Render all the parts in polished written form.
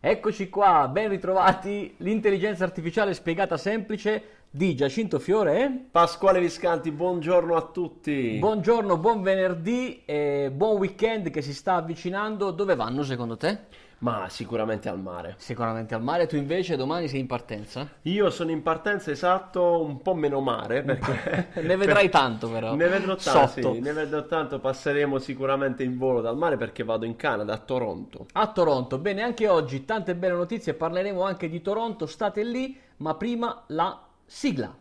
Eccoci qua, ben ritrovati, l'intelligenza artificiale spiegata semplice di Giacinto Fiore e Pasquale Viscanti, buongiorno a tutti. buongiorno, buon venerdì e buon weekend che si sta avvicinando. Dove vanno secondo te? Ma sicuramente al mare. Sicuramente al mare, tu invece domani sei in partenza? Io sono in partenza, esatto, un po' meno mare perché Ne vedrai tanto però. ne vedrò tanto, Sotto. sì, ne vedrò tanto, passeremo sicuramente in volo dal mare perché vado in Canada, a Toronto. A Toronto, bene, anche oggi tante belle notizie, parleremo anche di Toronto, state lì, ma prima la sigla.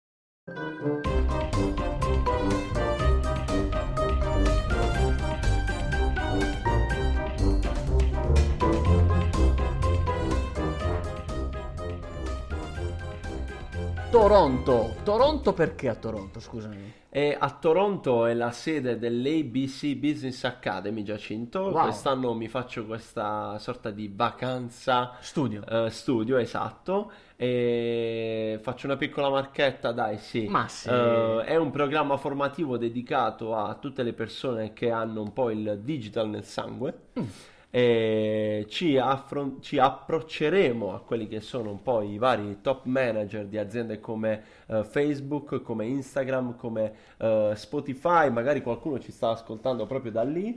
Toronto perché a Toronto, scusami? E a Toronto è la sede dell'ABC Business Academy, Giacinto. Wow. Quest'anno mi faccio questa sorta di vacanza Studio. studio, esatto. E faccio una piccola marchetta, dai, sì. Ma sì. È un programma formativo dedicato a tutte le persone che hanno un po' il digital nel sangue. E ci approcceremo a quelli che sono un po' i vari top manager di aziende come Facebook, come Instagram, come Spotify, magari qualcuno ci sta ascoltando proprio da lì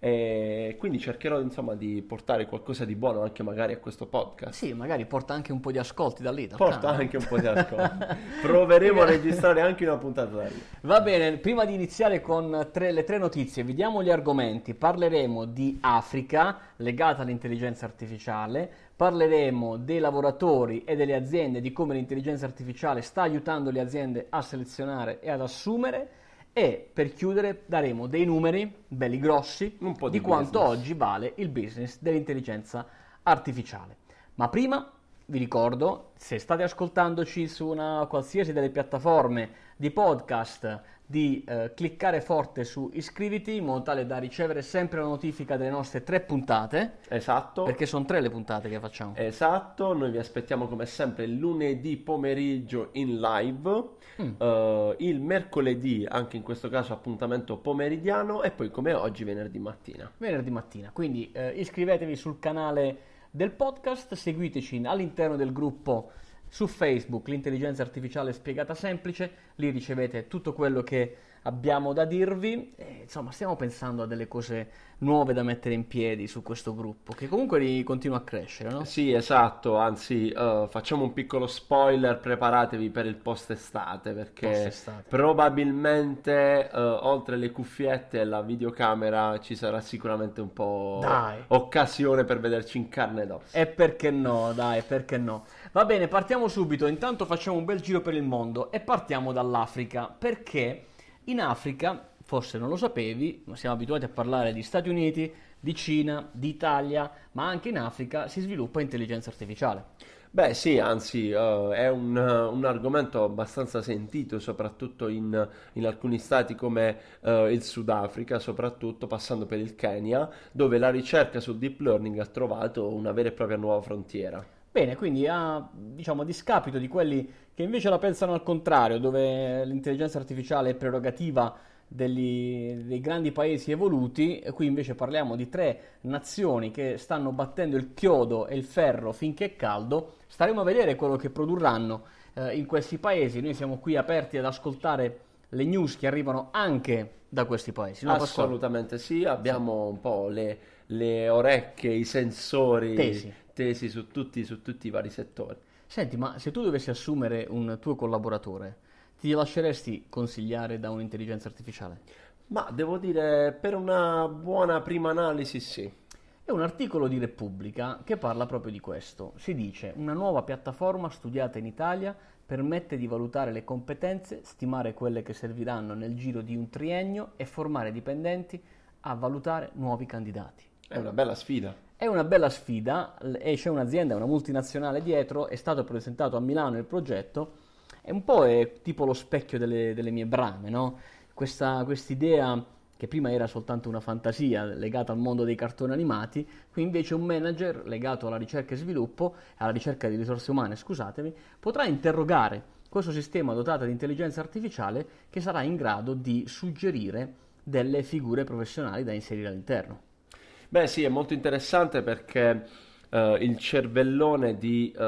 e quindi cercherò insomma di portare qualcosa di buono anche magari a questo podcast. Sì, magari porta anche un po' di ascolti da lì. dal Porta canale. anche un po' di ascolto. Proveremo a registrare anche una puntata da lì. Va bene, prima di iniziare con le tre notizie, vediamo gli argomenti. Parleremo di Africa, legata all'intelligenza artificiale, parleremo dei lavoratori e delle aziende, di come l'intelligenza artificiale sta aiutando le aziende a selezionare e ad assumere, e per chiudere daremo dei numeri belli grossi Un po' di di quanto business. oggi vale il business dell'intelligenza artificiale. Ma prima vi ricordo, se state ascoltandoci su una qualsiasi delle piattaforme di podcast, di cliccare forte su iscriviti in modo tale da ricevere sempre la notifica delle nostre 3 puntate, Esatto. perché sono 3 le puntate che facciamo. Esatto, noi vi aspettiamo come sempre il lunedì pomeriggio in live, il mercoledì, anche in questo caso appuntamento pomeridiano, e poi come oggi venerdì mattina. Venerdì mattina, quindi iscrivetevi sul canale del podcast, seguiteci all'interno del gruppo su Facebook, l'intelligenza artificiale spiegata semplice, lì ricevete tutto quello che abbiamo da dirvi e, insomma, stiamo pensando a delle cose nuove da mettere in piedi su questo gruppo che comunque continua a crescere, no? Sì, esatto, anzi facciamo un piccolo spoiler, preparatevi per il post-estate perché Post-estate. probabilmente oltre le cuffiette e la videocamera ci sarà sicuramente un po' Dai. occasione per vederci in carne ed ossa. E perché no, dai, perché no? Va bene, partiamo subito. Intanto facciamo un bel giro per il mondo e partiamo dall'Africa, perché in Africa, forse non lo sapevi, ma siamo abituati a parlare di Stati Uniti, di Cina, di Italia, ma anche in Africa si sviluppa intelligenza artificiale. Beh sì, anzi è un argomento abbastanza sentito soprattutto in alcuni stati come il Sudafrica, soprattutto passando per il Kenya, dove la ricerca sul deep learning ha trovato una vera e propria nuova frontiera. Bene, quindi diciamo, a discapito di quelli che invece la pensano al contrario, dove l'intelligenza artificiale è prerogativa dei grandi paesi evoluti, e qui invece parliamo di 3 nazioni che stanno battendo il chiodo e il ferro finché è caldo, staremo a vedere quello che produrranno in questi paesi. Noi siamo qui aperti ad ascoltare le news che arrivano anche da questi paesi, no, Pasquale? Assolutamente sì, abbiamo un po' le orecchie, i sensori tesi su tutti i vari settori. Senti, ma se tu dovessi assumere un tuo collaboratore, ti lasceresti consigliare da un'intelligenza artificiale? Ma devo dire, per una buona prima analisi sì. È un articolo di Repubblica che parla proprio di questo. Si dice: una nuova piattaforma studiata in Italia permette di valutare le competenze, stimare quelle che serviranno nel giro di un triennio e formare dipendenti a valutare nuovi candidati. È una bella sfida. È una bella sfida e c'è un'azienda, una multinazionale dietro, è stato presentato a Milano il progetto, è un po' tipo lo specchio delle mie brame, no? Quest'idea che prima era soltanto una fantasia legata al mondo dei cartoni animati, qui invece un manager legato alla ricerca e sviluppo, alla ricerca di risorse umane, scusatemi, potrà interrogare questo sistema dotato di intelligenza artificiale che sarà in grado di suggerire delle figure professionali da inserire all'interno. Beh sì, è molto interessante perché il cervellone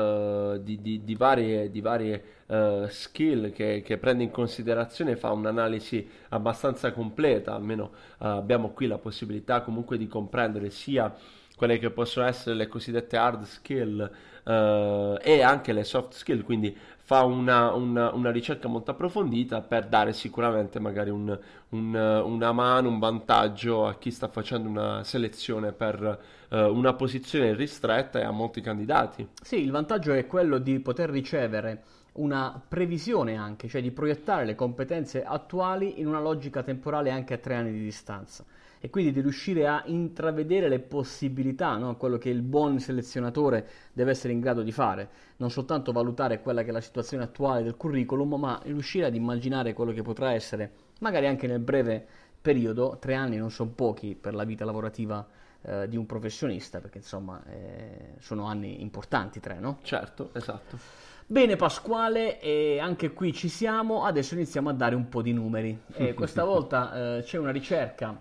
di varie skill che prende in considerazione, fa un'analisi abbastanza completa, almeno abbiamo qui la possibilità comunque di comprendere sia quelle che possono essere le cosiddette hard skill e anche le soft skill, quindi fa una ricerca molto approfondita per dare sicuramente magari una mano, un vantaggio a chi sta facendo una selezione per una posizione ristretta e a molti candidati. Sì, il vantaggio è quello di poter ricevere una previsione anche, cioè di proiettare le competenze attuali in una logica temporale anche a 3 anni di distanza, e quindi di riuscire a intravedere le possibilità, no? Quello che il buon selezionatore deve essere in grado di fare, non soltanto valutare quella che è la situazione attuale del curriculum, ma riuscire ad immaginare quello che potrà essere, magari anche nel breve periodo. 3 anni non sono pochi per la vita lavorativa di un professionista, perché insomma sono anni importanti, 3, no? Certo, esatto. Bene Pasquale, e anche qui ci siamo, adesso iniziamo a dare un po' di numeri. Questa volta c'è una ricerca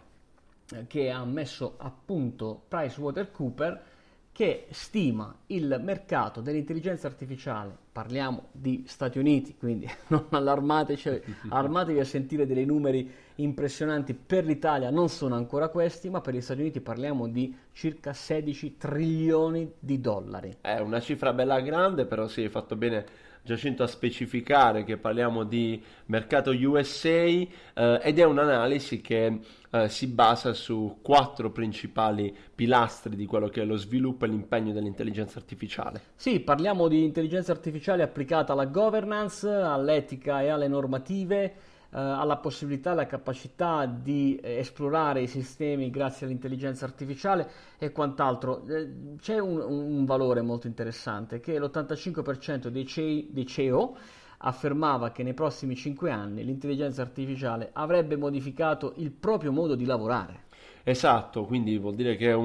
che ha messo a punto PricewaterhouseCoopers, che stima il mercato dell'intelligenza artificiale, parliamo di Stati Uniti, quindi non armatevi a sentire dei numeri impressionanti. Per l'Italia non sono ancora questi, ma per gli Stati Uniti parliamo di circa 16 trilioni di dollari. È una cifra bella grande, però sì, hai fatto bene Giacinto a specificare che parliamo di mercato USA ed è un'analisi che si basa su 4 principali pilastri di quello che è lo sviluppo e l'impegno dell'intelligenza artificiale. Sì, parliamo di intelligenza artificiale applicata alla governance, all'etica e alle normative, alla possibilità e alla capacità di esplorare i sistemi grazie all'intelligenza artificiale e quant'altro. C'è un valore molto interessante, che l'85% dei CEO affermava che nei prossimi 5 anni l'intelligenza artificiale avrebbe modificato il proprio modo di lavorare. Esatto, quindi vuol dire che è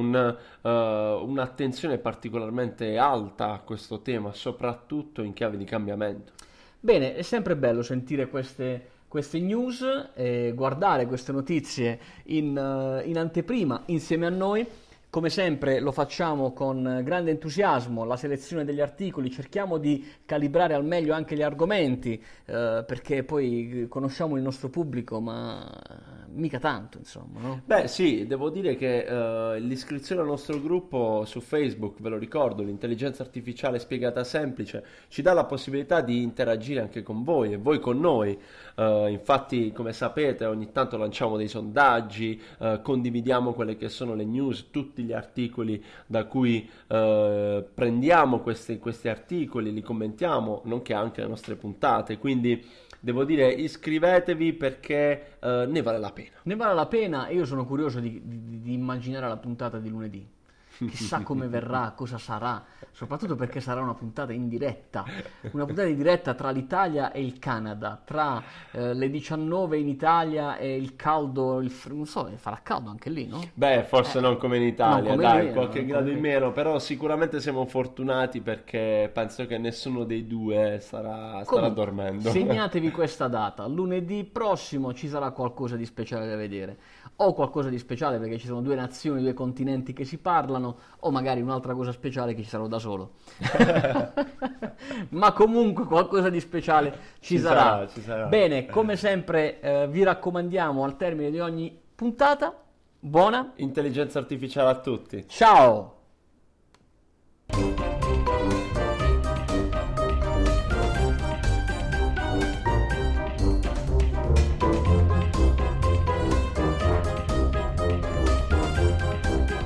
un'attenzione particolarmente alta a questo tema, soprattutto in chiave di cambiamento. Bene, è sempre bello sentire queste news, guardare queste notizie in anteprima insieme a noi. Come sempre lo facciamo con grande entusiasmo, la selezione degli articoli, cerchiamo di calibrare al meglio anche gli argomenti, perché poi conosciamo il nostro pubblico, ma mica tanto, insomma, no? Beh sì, devo dire che l'iscrizione al nostro gruppo su Facebook, ve lo ricordo, l'intelligenza artificiale spiegata semplice, ci dà la possibilità di interagire anche con voi e voi con noi. Infatti, come sapete, ogni tanto lanciamo dei sondaggi, condividiamo quelle che sono le news, tutti gli articoli da cui prendiamo questi articoli, li commentiamo, nonché anche le nostre puntate, quindi devo dire iscrivetevi perché ne vale la pena. Ne vale la pena, e io sono curioso di immaginare la puntata di lunedì. Chissà come verrà, cosa sarà, soprattutto perché sarà una puntata in diretta tra l'Italia e il Canada, tra le 19 in Italia e il caldo, non so, farà caldo anche lì, no? Beh, forse non come in Italia, come dai, lì, qualche grado in lì. meno, però sicuramente siamo fortunati perché penso che nessuno dei due starà dormendo. Segnatevi questa data, lunedì prossimo ci sarà qualcosa di speciale da vedere, o qualcosa di speciale perché ci sono 2 nazioni, 2 continenti che si parlano, o magari un'altra cosa speciale che ci sarò da solo. Ma comunque qualcosa di speciale ci sarà. Bene, come sempre vi raccomandiamo al termine di ogni puntata, buona intelligenza artificiale a tutti. ciao!